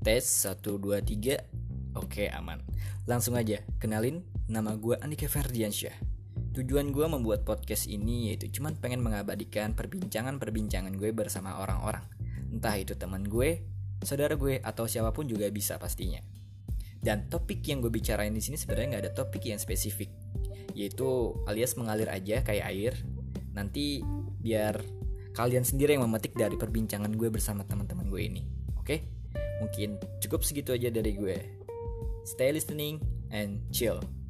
Tes 1, 2, 3. Oke, aman. Langsung aja, kenalin, nama gue Andika Ferdiansyah. Tujuan gue membuat podcast ini yaitu cuman pengen mengabadikan perbincangan-perbincangan gue bersama orang-orang. Entah itu teman gue, saudara gue, atau siapapun juga bisa pastinya. Dan topik yang gue bicarain di sini sebenarnya gak ada topik yang spesifik, yaitu alias mengalir aja kayak air. Nanti biar kalian sendiri yang memetik dari perbincangan gue bersama teman-teman gue ini. Oke? Mungkin cukup segitu aja dari gue. Stay listening and chill.